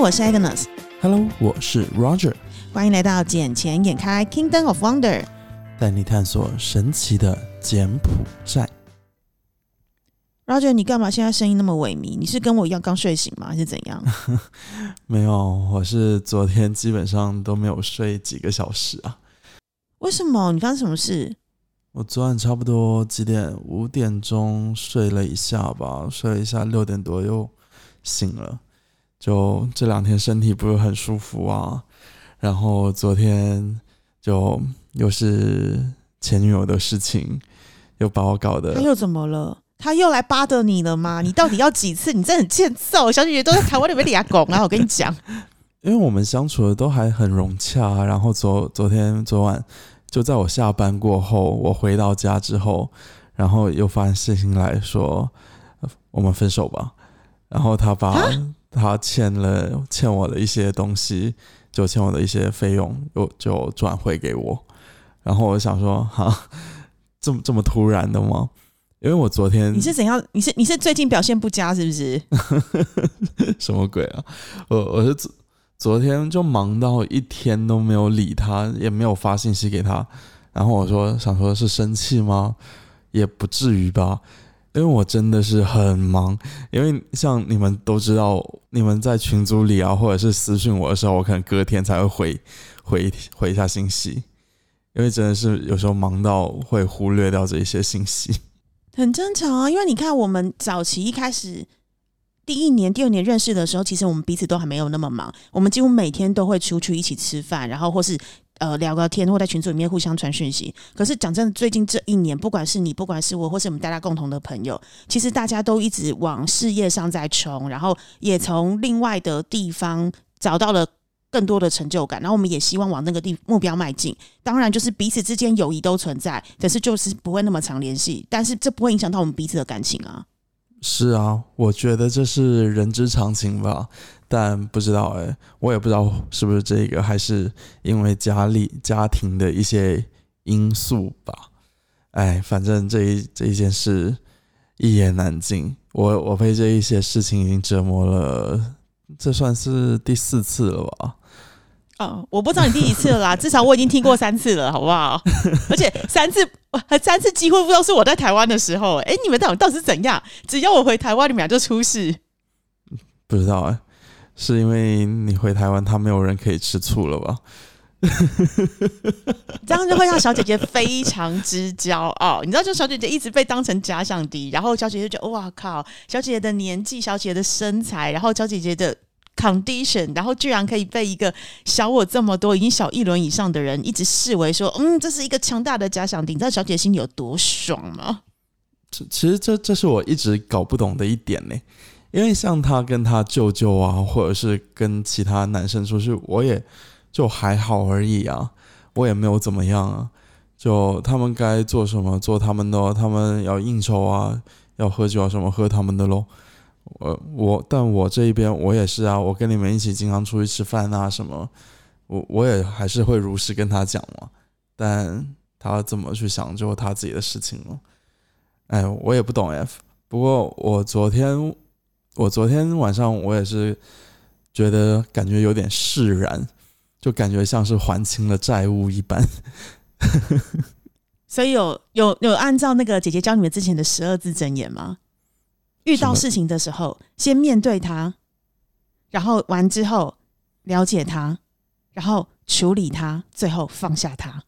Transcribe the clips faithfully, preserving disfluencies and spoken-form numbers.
我是 Agnes。 Hello， 我是 Roger。 欢迎来到眼前眼开 Kingdom of Wonder， 带你探索神奇的柬埔寨。 Roger， 你干嘛现在声音那么萎靡？你是跟我一样刚睡醒吗？还是怎样？ 没有，我是昨天基本上都没有睡几个小时啊。 为什么？你发生什么事？ 我昨晚差不多几点？五点钟睡了一下吧，睡了一下，六点多又醒了。就这两天身体不是很舒服啊，然后昨天就又是前女友的事情，又把我搞得。 他又怎么了？他又来巴得你了吗？你到底要几次？你真的很欠揍，小姐姐都在台湾里面俩拱啊！我跟你讲， 因为我们相处的都还很融洽，然后昨昨天昨晚就在我下班过后，我回到家之后，然后又发现事情来说，我们分手吧。然后他把他欠了欠我的一些东西，就欠我的一些费用，又就转汇给我。然后我想说，哈，这么这么突然的吗？因为我昨天你是怎样？你是你是最近表现不佳是不是？ 什么鬼啊！我我是昨昨天就忙到一天都没有理他，也没有发信息给他。然后我说想说是生气吗？也不至于吧。因为我真的是很忙，因为像你们都知道，你们在群组里啊，或者是私讯我的时候，我可能隔天才会回回回一下信息，因为真的是有时候忙到会忽略掉这一些信息。 很正常啊，因为你看我们早期一开始第一年第二年认识的时候，其实我们彼此都还没有那么忙，我们几乎每天都会出去一起吃饭，然后或是呃聊个天，或在群组里面互相传讯息。可是讲真的，最近这一年，不管是你，不管是我，或是我们大家共同的朋友，其实大家都一直往事业上在冲，然后也从另外的地方找到了更多的成就感，然后我们也希望往那个地目标迈进。当然，就是彼此之间友谊都存在，可是就是不会那么常联系，但是这不会影响到我们彼此的感情啊。 是啊，我觉得这是人之常情吧，但不知道哎、欸，我也不知道是不是这个，还是因为家里家庭的一些因素吧。哎，反正这一这一件事一言难尽，我我被这一些事情已经折磨了，这算是第四次了吧。 哦，我不知道你第几次了啦，至少我已经听过三次了，好不好？而且三次，三次几乎都是我在台湾的时候。哎，你们到底到底是怎样？只要我回台湾，你们俩就出事？ 不知道哎、欸，是因为你回台湾，他没有人可以吃醋了吧？ 这样就会让小姐姐非常之骄傲。你知道，就小姐姐一直被当成假想敌，然后小姐姐就觉得哇靠，小姐姐的年纪，小姐姐的身材，然后小姐姐的condition， 然后居然可以被一个小我这么多已经小一轮以上的人一直视为说，嗯，这是一个强大的假想敌。你知道小姐心里有多爽吗？ 其实这这是我一直搞不懂的一点呢，因为像他跟他舅舅啊，或者是跟其他男生出去，我也就还好而已啊，我也没有怎么样啊，就他们该做什么做他们的，他们要应酬啊，要喝酒啊什么喝他们的咯。我我但我这一边我也是啊，我跟你们一起经常出去吃饭啊什么，我我也还是会如实跟他讲嘛，但他怎么去想就他自己的事情了。哎，我也不懂 F。不过我昨天我昨天晚上我也是觉得感觉有点释然，就感觉像是还清了债务一般。 所以有有有按照那个姐姐教你们之前的十二字真言吗？遇到事情的时候，先面对它，然后完之后了解它，然后处理它，最后放下它。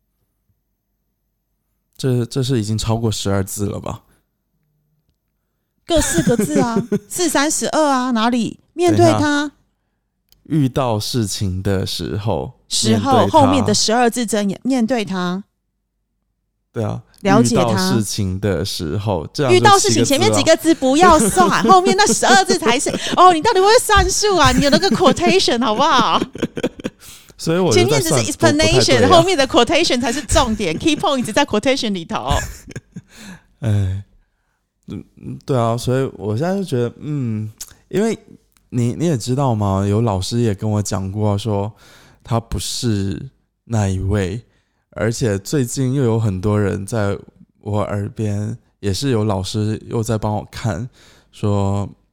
这这是已经超过十二字了吧？ 各四个字啊，四三十二啊，哪里？面对它。 遇到事情的时候， 时候后面的十二字真言，面对它。 对啊， 了解它。 遇到事情的时候，这样遇到事情前面几个字不要算，后面那十二字才是。哦，你到底会不会算数啊？你有那个 quotation 好不好？ 所以我前面只是 explanation， 啊、 后面的 quotation 才是重点 ，key point 一直在 quotation 里头。 哎，嗯，对啊，所以我现在就觉得，嗯，因为你你也知道嘛，有老师也跟我讲过说，他不是那一位。而且最近又有很多人在我耳边，也是有老师又在帮我看，说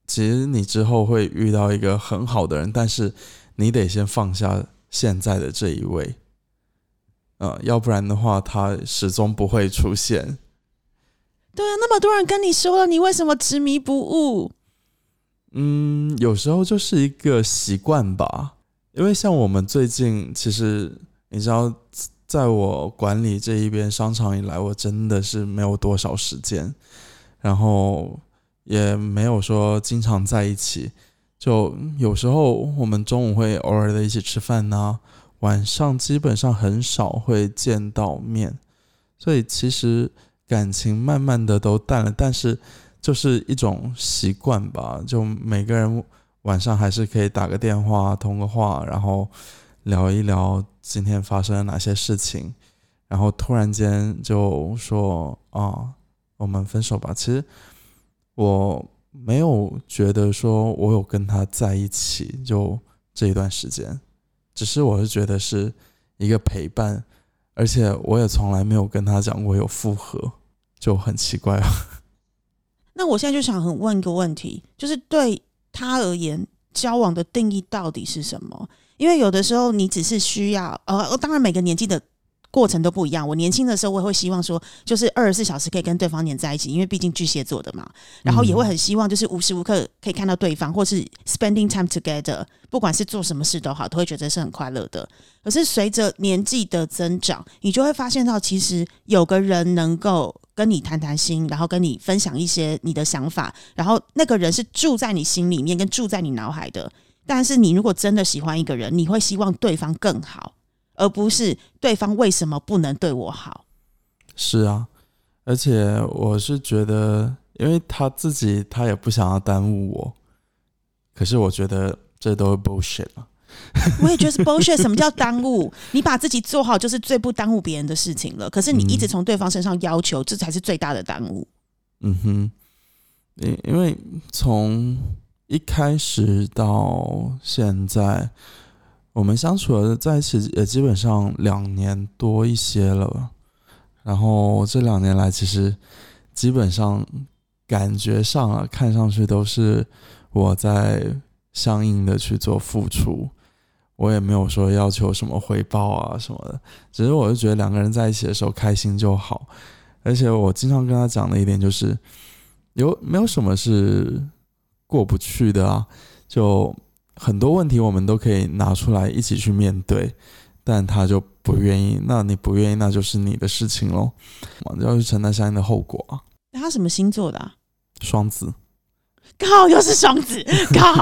其实你之后会遇到一个很好的人，但是你得先放下现在的这一位，呃，要不然的话他始终不会出现。 对啊，那么多人跟你说了，你为什么执迷不悟？ 嗯，有时候就是一个习惯吧。因为像我们最近，其实你知道，在我管理这一边商场以来，我真的是没有多少时间，然后也没有说经常在一起，就有时候我们中午会偶尔的一起吃饭啊，晚上基本上很少会见到面，所以其实感情慢慢的都淡了，但是就是一种习惯吧，就每个人晚上还是可以打个电话通个话，然后聊一聊今天发生了哪些事情，然后突然间就说啊，我们分手吧。其实我没有觉得说我有跟他在一起就这一段时间，只是我是觉得是一个陪伴，而且我也从来没有跟他讲过有复合，就很奇怪啊。 那我现在就想很问一个问题，就是对他而言，交往的定义到底是什么？因为有的时候你只是需要，呃，当然每个年纪的过程都不一样。我年轻的时候，我也会希望说，就是二十四小时可以跟对方黏在一起，因为毕竟巨蟹座的嘛。然后也会很希望，就是无时无刻可以看到对方，或是 spending time together， 不管是做什么事都好，都会觉得是很快乐的。可是随着年纪的增长，你就会发现到，其实有个人能够跟你谈谈心，然后跟你分享一些你的想法，然后那个人是住在你心里面，跟住在你脑海的。但是你如果真的喜欢一个人，你会希望对方更好，而不是对方为什么不能对我好。 是啊，而且我是觉得，因为他自己他也不想要耽误我，可是我觉得这都是 bullshit 了。 我也觉得是 bullshit。 什么叫耽误？你把自己做好就是最不耽误别人的事情了，可是你一直从对方身上要求，嗯、这才是最大的耽误。 嗯哼，因为从一开始到现在，我们相处了在一起也基本上两年多一些了，然后这两年来其实基本上感觉上啊，看上去都是我在相应的去做付出，我也没有说要求什么回报啊什么的，只是我就觉得两个人在一起的时候开心就好。而且我经常跟他讲的一点就是，有没有什么是过不去的啊？就很多问题我们都可以拿出来一起去面对，但他就不愿意。那你不愿意，那就是你的事情咯，要去承担相应的后果啊。 那他什么星座的啊？ 双子。 靠，又是双子，靠！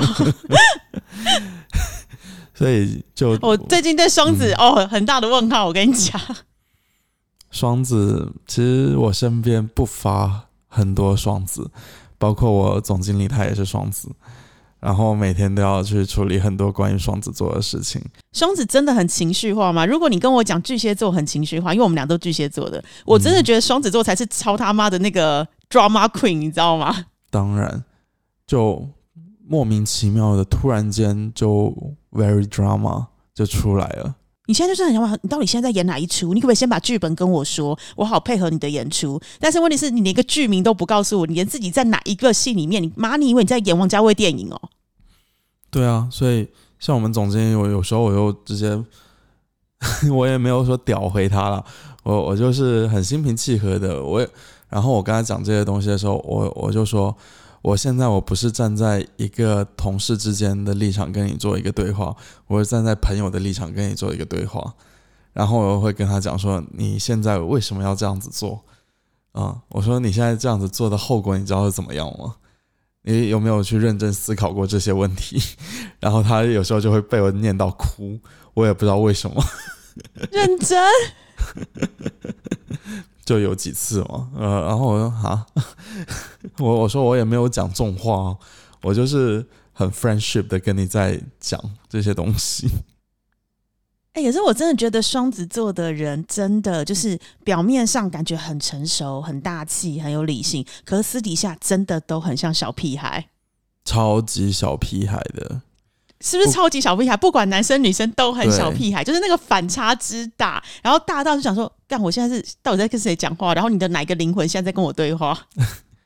所以就我最近对双子、嗯、哦很大的问号，我跟你讲。 双子，其实我身边不乏很多双子，包括我总经理他也是双子，然后每天都要去处理很多关于双子座的事情。双子真的很情绪化吗？如果你跟我讲巨蟹座很情绪化，因为我们俩都巨蟹座的，我真的觉得双子座才是超他妈的那个 drama queen， 你知道吗？ 当然，就莫名其妙的突然间就 very drama 就出来了。 你现在就是很想问，你到底现在在演哪一出？你可不可以先把剧本跟我说，我好配合你的演出？但是问题是你连个剧名都不告诉我，你连自己在哪一个戏里面，你妈你以为你在演王家卫电影哦？ 对啊，所以像我们总经理，我有时候我又直接我也没有说屌回他了，我我就是很心平气和的，我也然后我跟他讲这些东西的时候，我我就说，我现在我不是站在一个同事之间的立场跟你做一个对话，我是站在朋友的立场跟你做一个对话，然后我会跟他讲说，你现在为什么要这样子做啊、嗯？我说你现在这样子做的后果你知道是怎么样吗？你有没有去认真思考过这些问题？然后他有时候就会被我念到哭，我也不知道为什么。 认真就有几次嘛，呃，然后我说哈，我我说我也没有讲重话、哦，我就是很 friendship 的跟你在讲这些东西。 哎、欸，可是我真的觉得双子座的人真的就是表面上感觉很成熟、很大气、很有理性，可是私底下真的都很像小屁孩， 超级小屁孩的。 是不是超级小屁孩？不管男生女生都很小屁孩，就是那个反差之大，然后大到就想说，干，我现在是到底在跟谁讲话？然后你的哪个灵魂现在在跟我对话？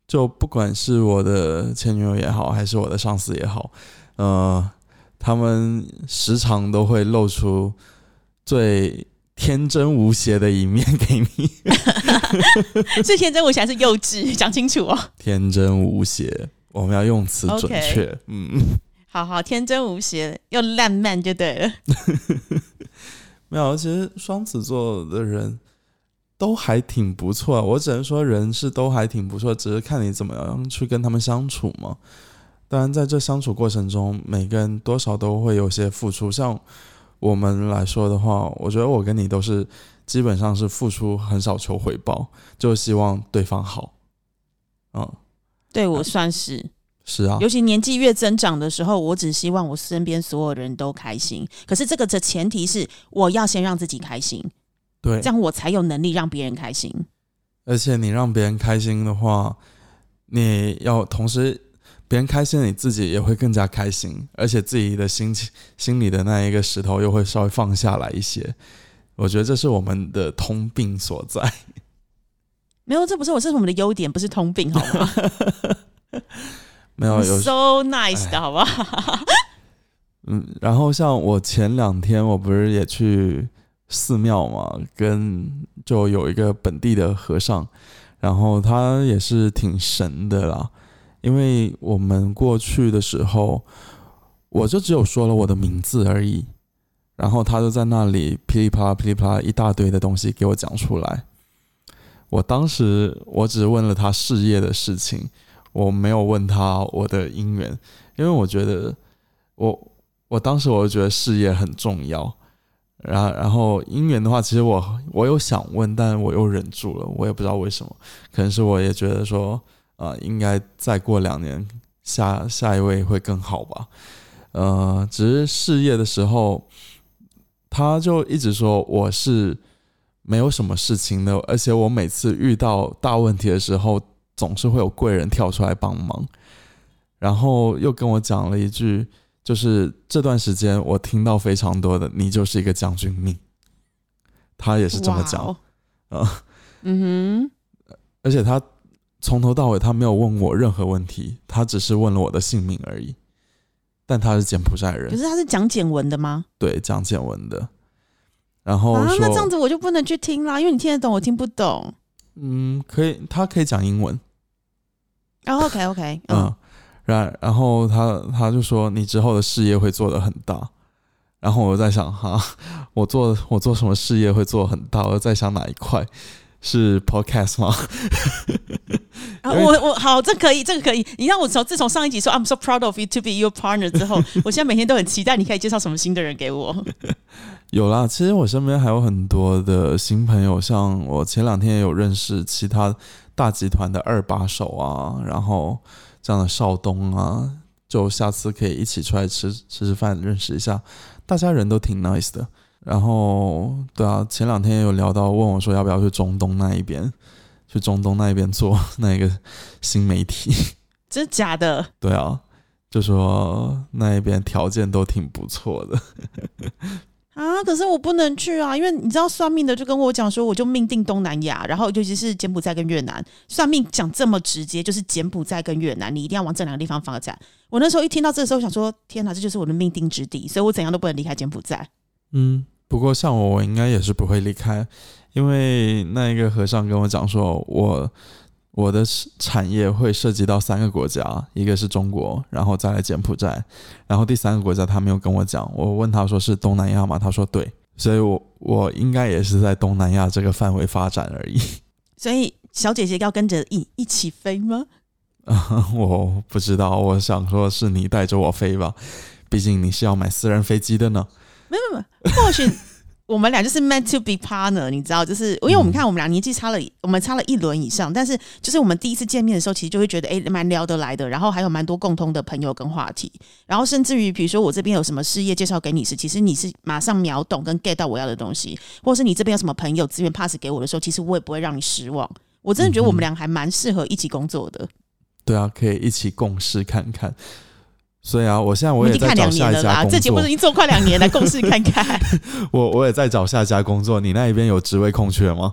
就不管是我的前女友也好，还是我的上司也好，呃，他们时常都会露出最天真无邪的一面给你。 是天真无邪还是幼稚？讲清楚哦。 天真无邪，我们要用词准确。Okay. 嗯， 好好，天真无邪又烂漫就对了。 没有，其实双子座的人都还挺不错，我只能说人是都还挺不错，只是看你怎么样去跟他们相处嘛。当然在这相处过程中，每个人多少都会有些付出，像我们来说的话，我觉得我跟你都是基本上是付出很少求回报，就希望对方好。嗯， 对，我算是是啊， 尤其年纪越增长的时候，我只希望我身边所有人都开心，可是这个的前提是我要先让自己开心， 对， 这样我才有能力让别人开心。 而且你让别人开心的话，你要同时别人开心，你自己也会更加开心，而且自己的心情心里的那一个石头又会稍微放下来一些。我觉得这是我们的通病所在。 没有，这不是我，这是我们的优点，不是通病，好吗？ 没有，有 so nice 的好不好？ 嗯，然后像我前两天我不是也去寺庙嘛，跟就有一个本地的和尚，然后他也是挺神的啦。因为我们过去的时候，我就只有说了我的名字而已，然后他就在那里噼里啪啦噼里啪啦一大堆的东西给我讲出来。我当时我只问了他事业的事情，我没有问他我的姻缘，因为我觉得我我当时我就觉得事业很重要，然后然后姻缘的话，其实我我有想问，但我又忍住了，我也不知道为什么，可能是我也觉得说。呃，应该再过两年下下一位会更好吧。呃，只是事业的时候，他就一直说我是没有什么事情的，而且我每次遇到大问题的时候，总是会有贵人跳出来帮忙。然后又跟我讲了一句，就是这段时间我听到非常多的，你就是一个将军命。他也是这么讲。 Wow. 呃、嗯哼，而且他。从头到尾他没有问我任何问题，他只是问了我的姓名而已。但他是柬埔寨人。 可是他是讲简文的吗？ 对，讲简文的。然后说、啊、 那这样子我就不能去听啦，因为你听得懂，我听不懂。 嗯，可以，他可以讲英文。 哦、oh, ，OK OK， 嗯，嗯然然后他他就说你之后的事业会做得很大。然后我在想哈，我做我做什么事业会做很大？我在想哪一块？是 podcast 吗？ 啊、我我好，这可以，这个可以。你让我从自从上一集说 I'm so proud of you to be your partner 之后，我现在每天都很期待你可以介绍什么新的人给我。 有啦，其实我身边还有很多的新朋友，像我前两天也有认识其他大集团的二把手啊，然后这样的少东啊，就下次可以一起出来吃吃吃饭，认识一下，大家人都挺 nice 的。然后对啊，前两天有聊到问我说要不要去中东那一边，去中东那一边做那个新媒体。 真的假的？ 对啊，就说那一边条件都挺不错的。 啊，可是我不能去啊，因为你知道算命的就跟我讲说，我就命定东南亚，然后尤其是柬埔寨跟越南，算命讲这么直接，就是柬埔寨跟越南，你一定要往这两个地方发展。我那时候一听到这个时候，想说天哪，这就是我的命定之地，所以我怎样都不能离开柬埔寨。 嗯。不过像我，我应该也是不会离开，因为那一个和尚跟我讲说，我我的产业会涉及到三个国家，一个是中国，然后再来柬埔寨，然后第三个国家他没有跟我讲。我问他说是东南亚吗？他说对，所以我我应该也是在东南亚这个范围发展而已。 所以小姐姐要跟着一一起飞吗？ 我不知道，我想说是你带着我飞吧，毕竟你是要买私人飞机的呢。 没有没有，或许我们俩就是 meant to be partner， 你知道，就是因为我们看我们俩年纪差了，我们差了一轮以上，但是就是我们第一次见面的时候，其实就会觉得哎，蛮聊得来的，然后还有蛮多共通的朋友跟话题，然后甚至于比如说我这边有什么事业介绍给你时，其实你是马上秒懂跟 get 到我要的东西，或者是你这边有什么朋友资源 pass 给我的时候，其实我也不会让你失望。我真的觉得我们俩还蛮适合一起工作的。 对啊，可以一起共事看看。 所以啊，我现在我已经看也在找两年了啦， 下一家工作。 这节目已经做快两年，来共事看看。 我我也在找下一家工作，你那一边有职位空缺吗？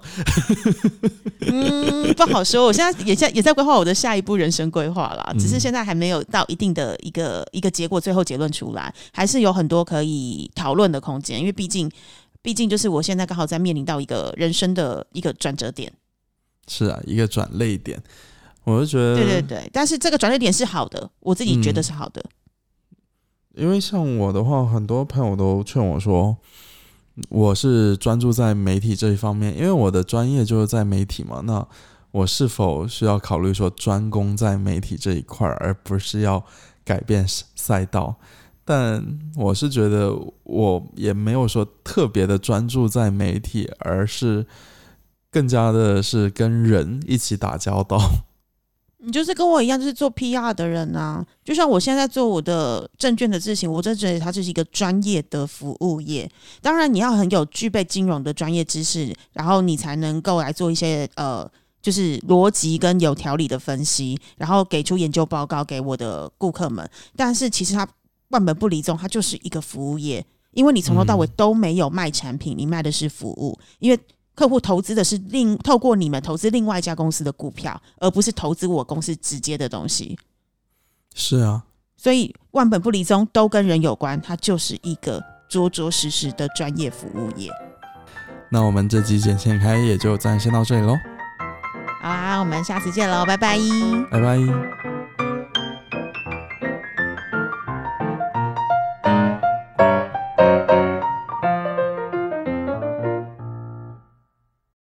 嗯，不好说。我现在也在也在规划我的下一步人生规划啦，只是现在还没有到一定的一个一个结果，最后结论出来，还是有很多可以讨论的空间。因为毕竟，毕竟就是我现在刚好在面临到一个人生的一个转折点。 是啊，一个转捩点。我就觉得， 对对对，但是这个转捩点是好的，我自己觉得是好的。嗯， 因为像我的话，很多朋友都劝我说，我是专注在媒体这一方面，因为我的专业就是在媒体嘛。那我是否需要考虑说专攻在媒体这一块，而不是要改变赛道？但我是觉得我也没有说特别的专注在媒体，而是更加的是跟人一起打交道。 你就是跟我一样，就是做 P R 的人啊。就像我现在做我的证券的事情，我真觉得它就是一个专业的服务业。当然，你要很有具备金融的专业知识，然后你才能够来做一些呃，就是逻辑跟有条理的分析，然后给出研究报告给我的顾客们。但是其实它万本不离宗，它就是一个服务业，因为你从头到尾都没有卖产品，你卖的是服务，因为客户投资的是另透过你们投资另外一家公司的股票，而不是投资我公司直接的东西。 是啊， 所以万本不离宗，都跟人有关，它就是一个着着实实的专业服务业。 那我们这集简先开也就暂时先到这里咯。 好啦，我们下次见咯，拜拜， 拜拜。